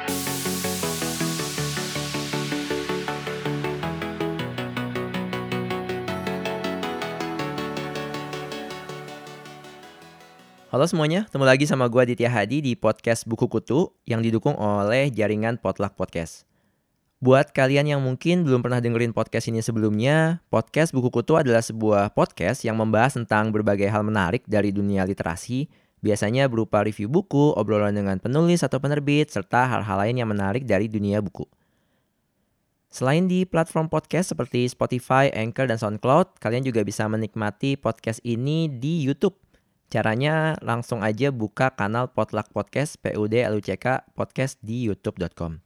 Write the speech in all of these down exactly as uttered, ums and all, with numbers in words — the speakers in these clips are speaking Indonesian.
Halo semuanya, ketemu lagi sama gue Aditya Hadi di podcast Buku Kutu yang didukung oleh jaringan Potluck Podcast. Buat kalian yang mungkin belum pernah dengerin podcast ini sebelumnya, podcast Buku Kutu adalah sebuah podcast yang membahas tentang berbagai hal menarik dari dunia literasi, biasanya berupa review buku, obrolan dengan penulis atau penerbit, serta hal-hal lain yang menarik dari dunia buku. Selain di platform podcast seperti Spotify, Anchor, dan SoundCloud, kalian juga bisa menikmati podcast ini di YouTube. Caranya langsung aja buka kanal Potluck Podcast, P U D L U C K Podcast di youtube dot com.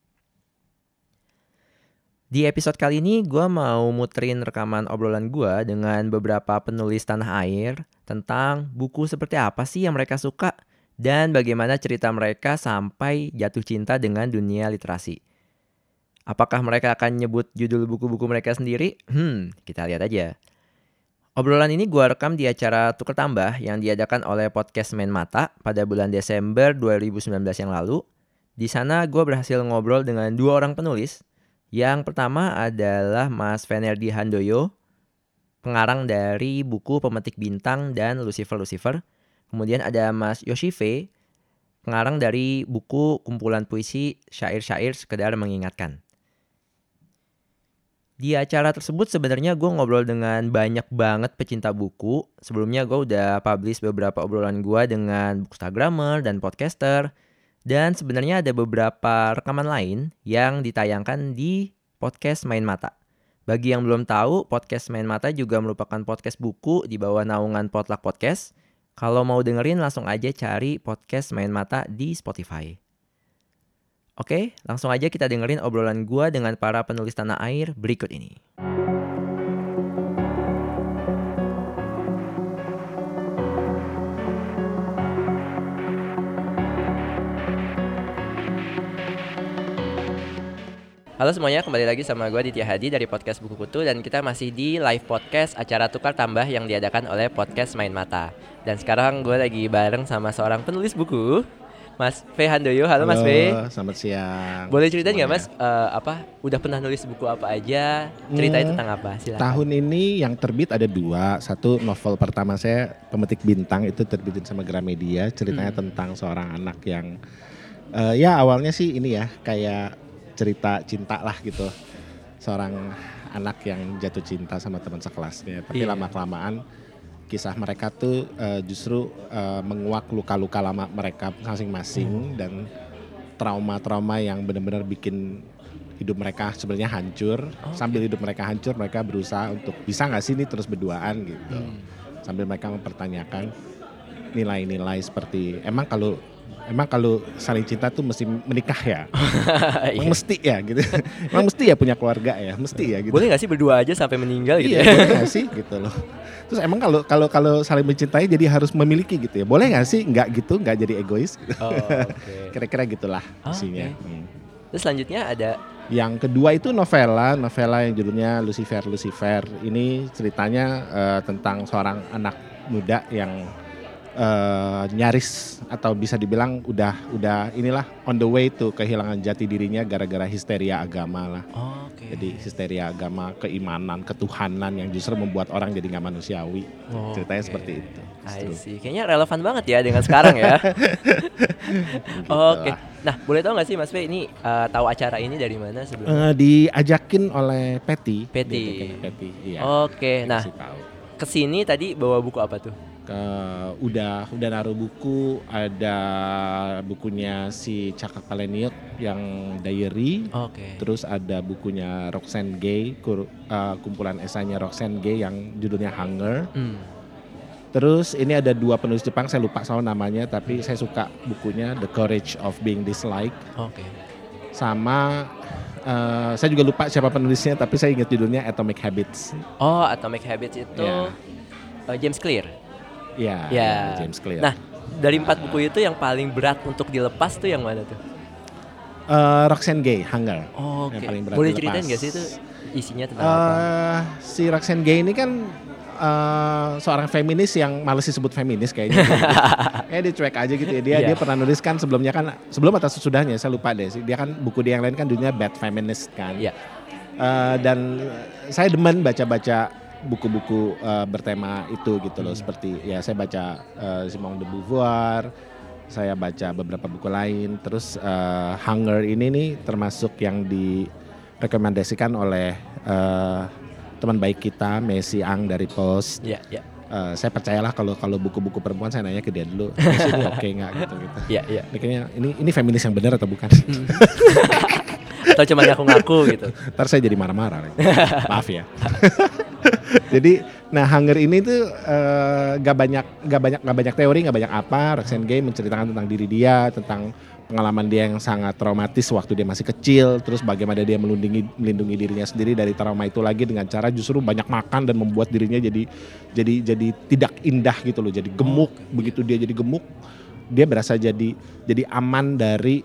Di episode kali ini gue mau muterin rekaman obrolan gue dengan beberapa penulis tanah air tentang buku seperti apa sih yang mereka suka dan bagaimana cerita mereka sampai jatuh cinta dengan dunia literasi. Apakah mereka akan nyebut judul buku-buku mereka sendiri? Hmm, kita lihat aja. Obrolan ini gue rekam di acara Tukar Tambah yang diadakan oleh podcast Main Mata pada bulan Desember dua ribu sembilan belas yang lalu. Di sana gue berhasil ngobrol dengan dua orang penulis. Yang pertama adalah Mas Fenerdi Handoyo, pengarang dari buku Pemetik Bintang dan Lucifer-Lucifer. Kemudian ada Mas Yoshife, pengarang dari buku kumpulan puisi Syair-Syair Sekedar Mengingatkan. Di acara tersebut sebenarnya gue ngobrol dengan banyak banget pecinta buku. Sebelumnya gue udah publish beberapa obrolan gue dengan bookstagrammer dan podcaster. Dan sebenarnya ada beberapa rekaman lain yang ditayangkan di podcast Main Mata. Bagi yang belum tahu, podcast Main Mata juga merupakan podcast buku di bawah naungan Potluck Podcast. Kalau mau dengerin langsung aja cari podcast Main Mata di Spotify. Oke, langsung aja kita dengerin obrolan gue dengan para penulis tanah air berikut ini. Halo semuanya, kembali lagi sama gue Aditya Hadi dari podcast Buku Kutu dan kita masih di live podcast acara Tukar Tambah yang diadakan oleh podcast Main Mata. Dan sekarang gue lagi bareng sama seorang penulis buku, Mas V Handoyo. Halo, Halo Mas V. Selamat siang. Boleh ceritain nggak Mas, uh, apa udah pernah nulis buku apa aja? Ceritanya hmm, tentang apa? Silakan. Tahun ini yang terbit ada dua. Satu novel pertama saya, Pemetik Bintang, itu terbitin sama Gramedia. Ceritanya hmm. tentang seorang anak yang uh, ya awalnya sih ini ya kayak cerita cinta lah gitu. Seorang anak yang jatuh cinta sama teman sekelasnya. Tapi yeah. lama-kelamaan kisah mereka tuh uh, justru uh, menguak luka-luka lama mereka masing-masing hmm. dan trauma-trauma yang benar-benar bikin hidup mereka sebenarnya hancur. Okay. Sambil hidup mereka hancur, mereka berusaha untuk bisa nggak sih ini terus berduaan gitu. Hmm. Sambil mereka mempertanyakan nilai-nilai seperti emang kalau emang kalau saling cinta tuh mesti menikah ya? Emang mesti ya gitu. Emang mesti ya punya keluarga ya? Mesti ya gitu. Boleh gak sih berdua aja sampai meninggal gitu iya, ya? Boleh gak sih gitu loh. Terus emang kalau kalau kalau saling mencintai jadi harus memiliki gitu ya? Boleh gak sih? Enggak gitu, enggak jadi egois gitu. Oh, okay. Kira-kira gitulah isinya. Oh, okay. hmm. Terus selanjutnya ada yang kedua itu novela, novela yang judulnya Lucifer Lucifer. Ini ceritanya uh, tentang seorang anak muda yang Uh, nyaris atau bisa dibilang udah udah inilah on the way to kehilangan jati dirinya gara-gara histeria agama lah. Oh, okay. Jadi histeria agama, keimanan, ketuhanan yang justru membuat orang jadi nggak manusiawi. Oh, ceritanya okay. seperti itu. I see. Kayaknya relevan banget ya dengan sekarang ya. Gitu Oke. Okay. Nah, boleh tahu nggak sih Mas V ini uh, tahu acara ini dari mana sebelumnya? Uh, diajakin oleh Patty. Patty. Patty. Iya. Oke. Okay. Nah, kesini tadi bawa buku apa tuh? Ke, udah udah naruh buku, ada bukunya si Cakak Paleniuk yang Diary, okay. Terus ada bukunya Roxane Gay, kur, uh, kumpulan esainya Roxane Gay yang judulnya Hunger. Hmm. Terus ini ada dua penulis Jepang, saya lupa soal namanya, tapi saya suka bukunya The Courage of Being Disliked. Okay. Sama uh, saya juga lupa siapa penulisnya, tapi saya ingat judulnya Atomic Habits. Oh, Atomic Habits itu yeah. uh, James Clear. Iya, ya. ya, James Clear. Nah, dari empat buku itu yang paling berat untuk dilepas tuh yang mana tuh? Uh, Roxane Gay, Hunger. Oh, oke. Okay. Boleh ceritain nggak sih itu isinya tentang uh, apa? Si Roxane Gay ini kan uh, seorang feminis yang males disebut feminis kayaknya. Kayak dia cuek aja gitu ya. Dia Iya. dia pernah nulis kan sebelumnya kan sebelum atau sesudahnya saya lupa deh. Dia kan buku dia yang lain kan dunia bad feminist kan. Iya. Uh, dan saya demen baca-baca buku-buku uh, bertema itu gitu loh. Hmm. Seperti ya saya baca uh, Simone de Beauvoir, saya baca beberapa buku lain. Terus uh, Hunger ini nih termasuk yang direkomendasikan oleh uh, teman baik kita Messi Ang dari Post. Iya, iya. Uh, saya percayalah kalau kalau buku-buku perempuan saya nanya ke dia dulu, Messi ini oke nggak gitu gitu. Iya, iya. Ini kayaknya ini ini feminis yang benar atau bukan? Atau cuma ngaku-ngaku gitu. Ntar saya jadi marah-marah. Maaf ya. Jadi, nah Hunger ini tuh uh, gak banyak, gak banyak, gak banyak teori, gak banyak apa. Roxane Gay menceritakan tentang diri dia, tentang pengalaman dia yang sangat traumatis waktu dia masih kecil, terus bagaimana dia melindungi melindungi dirinya sendiri dari trauma itu lagi dengan cara justru banyak makan dan membuat dirinya jadi jadi jadi tidak indah gitu loh, jadi gemuk. Begitu dia jadi gemuk, dia berasa jadi jadi aman dari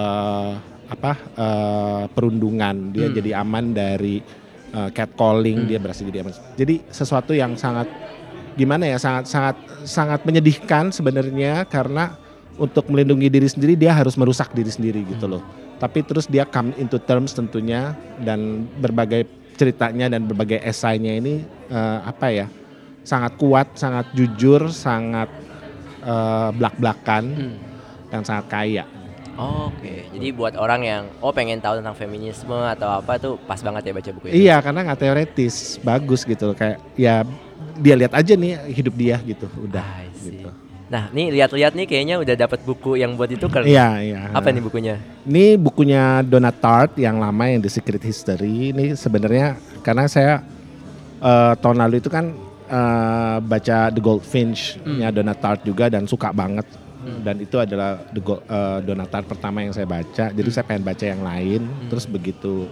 uh, apa uh, perundungan, dia hmm. jadi aman dari uh, catcalling, hmm. dia berasa jadi aman. Jadi sesuatu yang sangat gimana ya, sangat sangat sangat menyedihkan sebenarnya karena untuk melindungi diri sendiri dia harus merusak diri sendiri gitu loh. Tapi terus dia come into terms tentunya, dan berbagai ceritanya dan berbagai esainya ini uh, apa ya, sangat kuat, sangat jujur, sangat uh, blak-blakan hmm. dan sangat kaya. Oh, Oke, okay. Jadi buat orang yang oh pengen tahu tentang feminisme atau apa tuh pas banget ya baca buku ini. Iya, karena nggak teoretis, bagus gitu, kayak ya dia lihat aja nih hidup dia gitu, udah gitu. Nah, nih lihat-lihat nih kayaknya udah dapat buku yang buat ditukar. Iya, iya. Apa nih bukunya? Ini bukunya Donna Tartt yang lama, yang The Secret History. Ini sebenarnya karena saya uh, tahun lalu itu kan uh, baca The Goldfinch-nya hmm. Donna Tartt juga dan suka banget. Hmm. Dan itu adalah The Go- uh, Donna Tartt pertama yang saya baca. Jadi hmm. saya pengen baca yang lain. Hmm. Terus begitu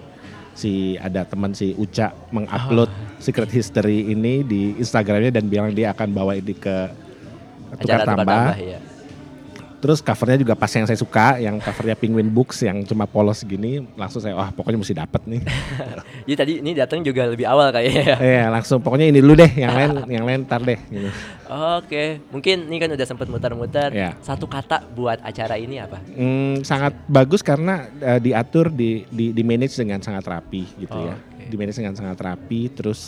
si ada teman si Uca mengupload oh. Secret History ini di Instagramnya dan bilang dia akan bawa ini ke tukar tambah, tambah ya. Terus covernya juga pas yang saya suka, yang covernya Penguin Books yang cuma polos gini, langsung saya wah pokoknya mesti dapat nih. Jadi tadi ini datang juga lebih awal kayaknya. Iya, langsung pokoknya ini dulu deh, yang lain yang lain ntar deh. Gitu. Oke, mungkin ini kan udah sempat muter-muter. Ya. Satu kata buat acara ini apa? Hmm, sangat bagus karena uh, diatur, di, di di manage dengan sangat rapi gitu oh, ya. Okay. Di manage dengan sangat rapi, terus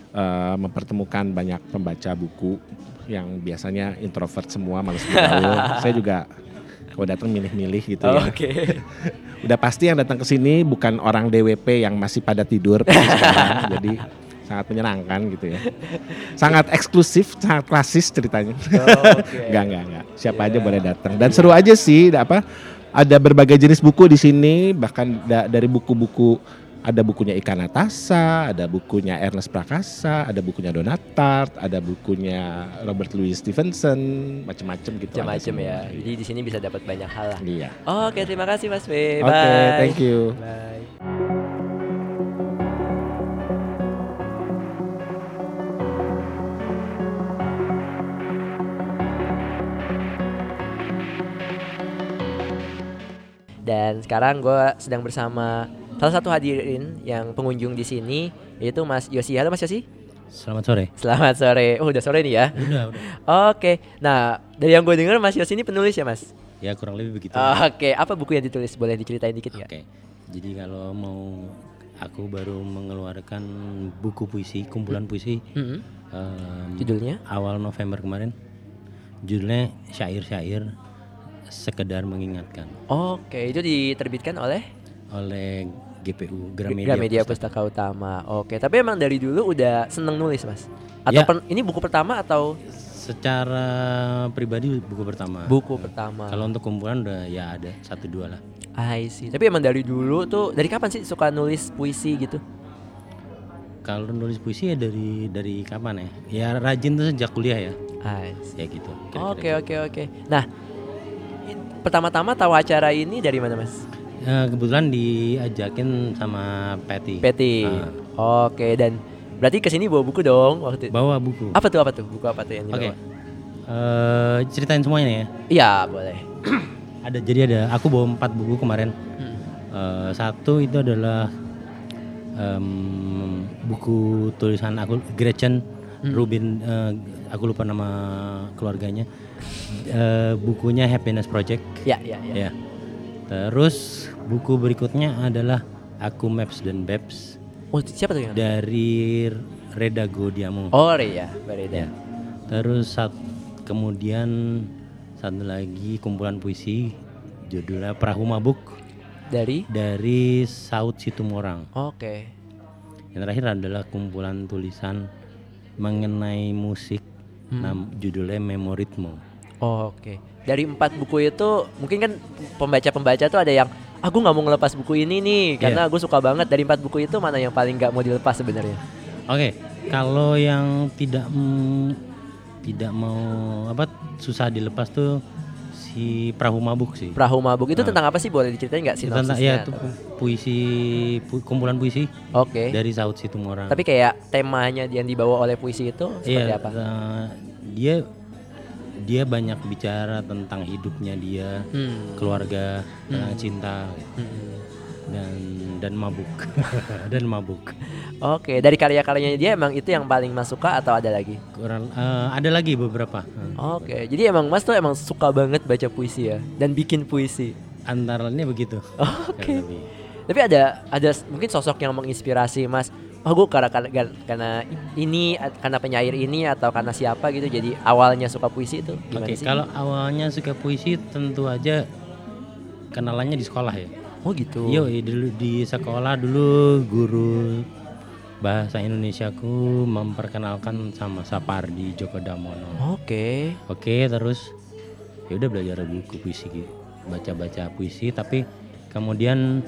uh, mempertemukan banyak pembaca buku yang biasanya introvert semua, malas bergaul. Saya juga kalau datang milih-milih gitu oh, ya. Oke. Okay. Udah pasti yang datang ke sini bukan orang D W P yang masih pada tidur sekarang, jadi sangat menyenangkan gitu ya. Sangat eksklusif, sangat klasis ceritanya. Oh, okay. Enggak, enggak, enggak. Siapa yeah. aja boleh datang. Dan seru aja sih, apa? Ada berbagai jenis buku di sini, bahkan da- dari buku-buku. Ada bukunya Ika Natasha, ada bukunya Ernest Prakasa, ada bukunya Donna Tartt, ada bukunya Robert Louis Stevenson, macam-macam gitu. Macam-macam ya. Jadi di sini bisa dapat banyak hal lah. Iya. Oh, Oke, okay, terima kasih Mas B. Oke, okay, thank you. Bye. Dan sekarang gue sedang bersama salah satu hadirin yang pengunjung di sini, yaitu Mas Yosi. Halo Mas Yosi. Selamat sore. Selamat sore. Oh udah sore nih ya. Udah, udah. Oke. Nah dari yang gue dengar Mas Yosi ini penulis ya Mas? Ya kurang lebih begitu. Oke. Apa buku yang ditulis? Boleh diceritain dikit nggak? Oke. Jadi kalau mau, aku baru mengeluarkan buku puisi, kumpulan puisi. Mm-hmm. um, Judulnya? Awal November kemarin. Judulnya Syair-syair Sekedar Mengingatkan. Oke. Itu diterbitkan oleh? Oleh G P U, Gramedia, Gramedia Pustaka. Pustaka Utama. Oke, tapi emang dari dulu udah seneng nulis Mas? Atau ya, per, ini buku pertama atau? Secara pribadi buku pertama. Buku pertama. Kalau untuk kumpulan udah ya ada satu dua lah. I see. Tapi emang dari dulu tuh, dari kapan sih suka nulis puisi gitu? Kalau nulis puisi ya dari dari kapan ya? Ya rajin tuh sejak kuliah ya. I see. Ya gitu. Oke oke oke. Nah, pertama-tama tahu acara ini dari mana Mas? Uh, kebetulan diajakin sama Patty. Patty. Uh. Oke, dan berarti kesini bawa buku dong waktu itu? Bawa buku. Apa tuh apa tuh? Buku apa tuh yang dibawa? Oke. Okay. Uh, ceritain semuanya ya. Iya, boleh. Ada jadi ada aku bawa empat buku kemarin. Hmm. Uh, satu itu adalah um, buku tulisan aku Gretchen hmm. Rubin, uh, aku lupa nama keluarganya. Uh, bukunya Happiness Project. Ya, ya, ya. ya. Terus buku berikutnya adalah Aku Maps dan Babs. Oh, siapa tuh yang? Dari Reda Godiamo. Oh, iya, Reda. Ya. Terus saat kemudian satu lagi kumpulan puisi judulnya Perahu Mabuk. Dari? Dari Saud Situmorang. Oke. Okay. Yang terakhir adalah kumpulan tulisan mengenai musik, hmm. nam, judulnya Memoritmo. Oh, Oke. Okay. Dari empat buku itu mungkin kan pembaca-pembaca tuh ada yang aku ah, nggak mau ngelepas buku ini nih karena yeah. gue suka banget. Dari empat buku itu mana yang paling nggak mau dilepas sebenarnya? Oke, okay. Kalau yang tidak mm, tidak mau apa susah dilepas tuh si Perahu Mabuk sih. Perahu Mabuk itu nah. tentang apa sih? Boleh diceritain nggak sinopsisnya? Tentang ya itu puisi pu, kumpulan puisi. Oke. Okay. Dari Saud Situmorang. Tapi kayak temanya yang dibawa oleh puisi itu seperti yeah, apa? Uh, dia dia banyak bicara tentang hidupnya dia, hmm. keluarga, hmm. tentang cinta, hmm. dan dan mabuk, dan mabuk. Oke, dari karya-karyanya dia emang itu yang paling Mas suka atau ada lagi? Kurang, uh, ada lagi beberapa. Oke, jadi emang Mas tuh emang suka banget baca puisi ya, dan bikin puisi. Antaranya begitu. Oke. Tapi ada ada mungkin sosok yang menginspirasi Mas. Oh gue karena, karena karena ini karena penyair ini atau karena siapa gitu jadi awalnya suka puisi itu gimana Oke, sih? Kalau awalnya suka puisi tentu aja kenalannya di sekolah ya. Oh gitu. Yo dulu di sekolah dulu guru bahasa Indonesiaku memperkenalkan sama Sapardi Djoko Damono. Oke. Oke terus ya udah belajar buku puisi, baca-baca puisi tapi kemudian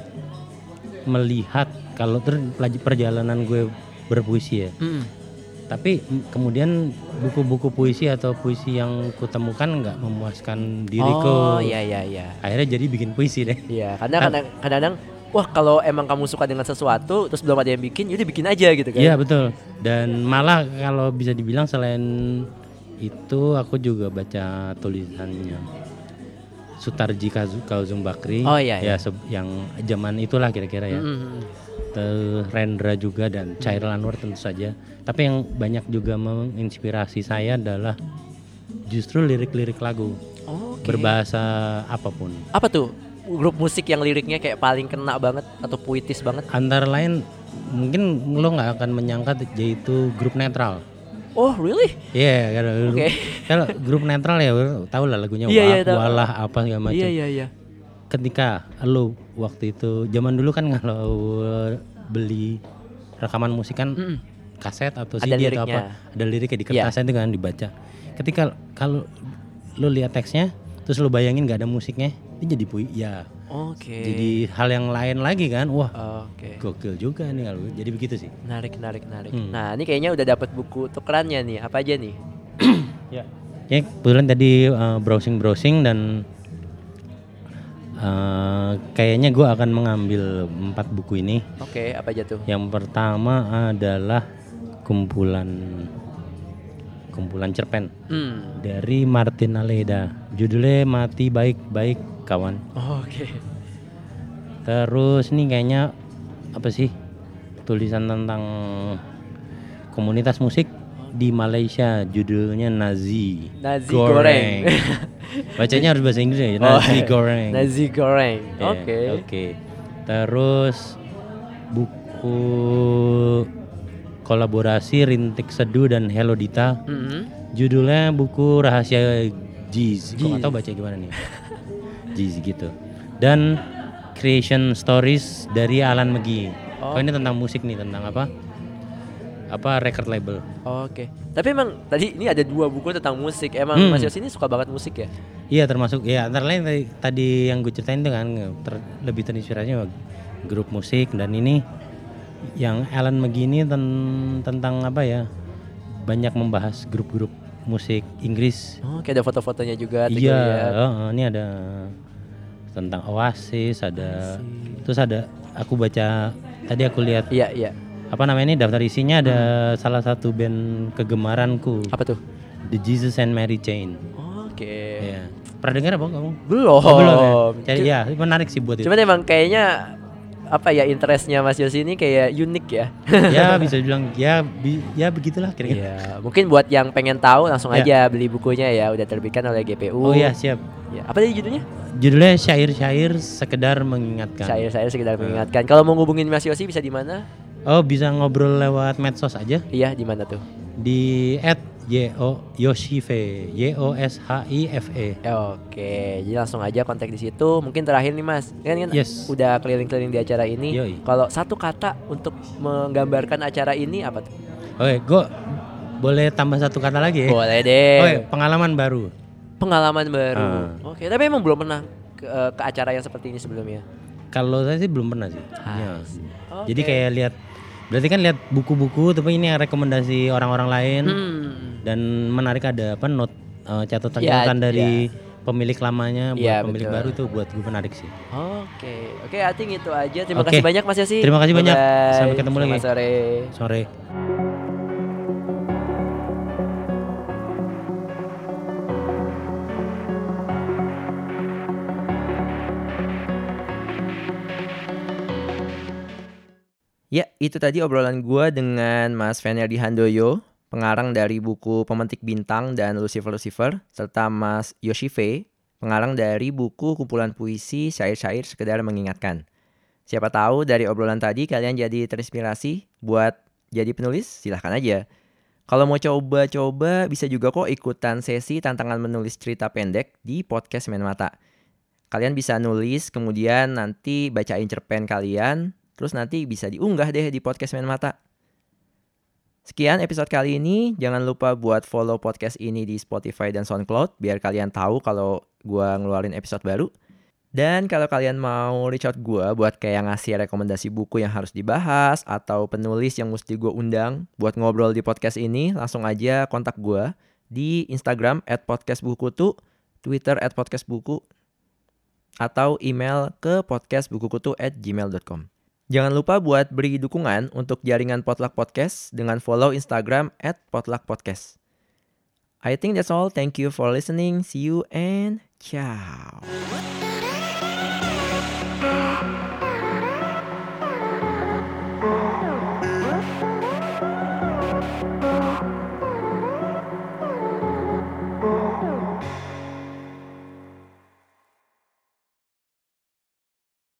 melihat kalau ter perjalanan gue berpuisi ya, mm. tapi kemudian buku-buku puisi atau puisi yang kutemukan nggak memuaskan diriku. Oh iya iya iya. Akhirnya jadi bikin puisi deh. Iya, karena kadang-kadang wah kalau emang kamu suka dengan sesuatu terus belum ada yang bikin, yaudah bikin aja gitu kan. Iya betul. Dan malah kalau bisa dibilang selain itu aku juga baca tulisannya Sutarji Kazum Bakri. Oh iya, iya. Ya yang zaman itulah kira-kira ya. Mm-hmm. Rendra juga dan Chairil Anwar tentu saja. Tapi yang banyak juga menginspirasi saya adalah justru lirik-lirik lagu. Oh, okay. Berbahasa apapun. Apa tuh grup musik yang liriknya kayak paling kena banget atau puitis banget? Antara lain mungkin lo nggak akan menyangka yaitu grup netral. Oh really? Iya yeah, kalau okay. kalau grup netral ya tahu lah lagunya yeah, yeah, walah apa segala macam. Iya yeah, iya yeah, iya. Yeah. Ketika lo waktu itu zaman dulu kan kalau beli rekaman musik kan mm. kaset atau C D ada atau apa ada liriknya di kertasnya itu yeah. kan dibaca. Ketika kalau lo lihat teksnya terus lo bayangin nggak ada musiknya itu jadi puisi ya. Oke. Okay. Jadi hal yang lain lagi kan, wah, okay. gokil juga nih kalau jadi begitu sih. Narik, narik, narik. Hmm. Nah ini kayaknya udah dapat buku tukerannya nih, apa aja nih? ya. Ya kebetulan tadi uh, browsing browsing dan uh, kayaknya gue akan mengambil empat buku ini. Oke, okay, apa aja tuh? Yang pertama adalah kumpulan kumpulan cerpen hmm. dari Martin Aleda, judulnya Mati Baik-Baik Kawan. Oh, Oke. Okay. Terus nih kayaknya apa sih tulisan tentang komunitas musik di Malaysia, judulnya Nazi. Nazi goreng. goreng. Bacanya harus bahasa Inggris ya. Nazi oh, goreng. Nazi goreng. Oke. Yeah, Oke. Okay. Terus buku kolaborasi Rintik Seduh dan Hello Dita. Mm-hmm. Judulnya buku Rahasia Jeez. Kok nggak tahu baca gimana nih? Jeez gitu. Dan Creation Stories dari Alan McGee. Oh. Oh ini tentang musik nih, tentang apa? Apa record label. Oh, Oke. Okay. Tapi emang tadi ini ada dua buku tentang musik. Emang hmm. Mas Yos ini suka banget musik ya? Iya termasuk. Ya antara lain tadi, tadi yang gue ceritain itu kan ter, lebih terinspirasinya grup musik dan ini yang Alan McGee ini ten, tentang apa ya? Banyak membahas grup-grup musik Inggris. Oh, kayak ada foto-fotonya juga. Iya. Oh, ini ada tentang Oasis, ada Oasis. Terus ada aku baca tadi aku lihat. Iya iya. Apa namanya ini daftar isinya ada hmm. salah satu band kegemaranku. Apa tuh? The Jesus and Mary Chain. Oh, Oke. Okay. Ya. Pernah dengar apa kamu? Belum. Oh, belum ya. Cari, ya menarik sih buat Cuman itu. Cuman emang kayaknya apa ya interestnya Mas Yosi ini kayak unik ya. Ya bisa bilang ya bi- ya begitulah kira-kira. Ya, mungkin buat yang pengen tahu langsung Ya. aja beli bukunya ya, udah terbitkan oleh G P U. Oh ya siap. Ya, apa tadi judulnya? Judulnya syair-syair sekedar mengingatkan. Syair-syair sekedar mengingatkan. Kalau mau ngubungin Mas Yosi bisa di mana? Oh bisa ngobrol lewat medsos aja Iya, di mana tuh? di at yo yoshife y o s h i f e. Oke, jadi langsung aja kontak di situ. Mungkin terakhir nih Mas, kan, kan Yes. udah keliling-keliling di acara ini. Yoi. Kalau satu kata untuk menggambarkan acara ini apa tuh? Oke, gue boleh tambah satu kata lagi ya? Boleh deh. Oke, pengalaman baru. Pengalaman baru. Ah. Oke, tapi emang belum pernah ke, ke acara yang seperti ini sebelumnya. Kalau saya sih belum pernah sih. Ah, Ya. Oke. Jadi kayak lihat, berarti kan lihat buku-buku, tapi ini rekomendasi orang-orang lain Hmm. dan menarik ada apa not eh, catatan Ya, catatan dari ya. pemilik lamanya buat Ya, pemilik betul. baru tuh buat gue menarik sih. Oke, oke, I think itu aja. Terima Oke. kasih banyak Mas Yosi. Terima kasih banyak. Bye-bye. Sampai ketemu lagi. Selamat sore. Sore. Ya, itu tadi obrolan gua dengan Mas Fenerdi Handoyo, pengarang dari buku Pemetik Bintang dan Lucifer Lucifer, serta Mas Yoshife, pengarang dari buku kumpulan puisi Syair-Syair Sekedar Mengingatkan. Siapa tahu dari obrolan tadi kalian jadi terinspirasi buat jadi penulis, silahkan aja. Kalau mau coba-coba bisa juga kok ikutan sesi tantangan menulis cerita pendek di podcast Main Mata. Kalian bisa nulis, kemudian nanti bacain cerpen kalian, terus nanti bisa diunggah deh di podcast Main Mata. Sekian episode kali ini, jangan lupa buat follow podcast ini di Spotify dan SoundCloud biar kalian tahu kalau gua ngeluarin episode baru. Dan kalau kalian mau reach out gua buat kayak ngasih rekomendasi buku yang harus dibahas atau penulis yang mesti gua undang buat ngobrol di podcast ini, langsung aja kontak gua di Instagram at podcastbukutu, Twitter at podcastbuku, atau email ke podcastbukukutu at gmail dot com. Jangan lupa buat beri dukungan untuk jaringan Potluck Podcast dengan follow Instagram at potluck podcast. I think that's all. Thank you for listening. See you and ciao.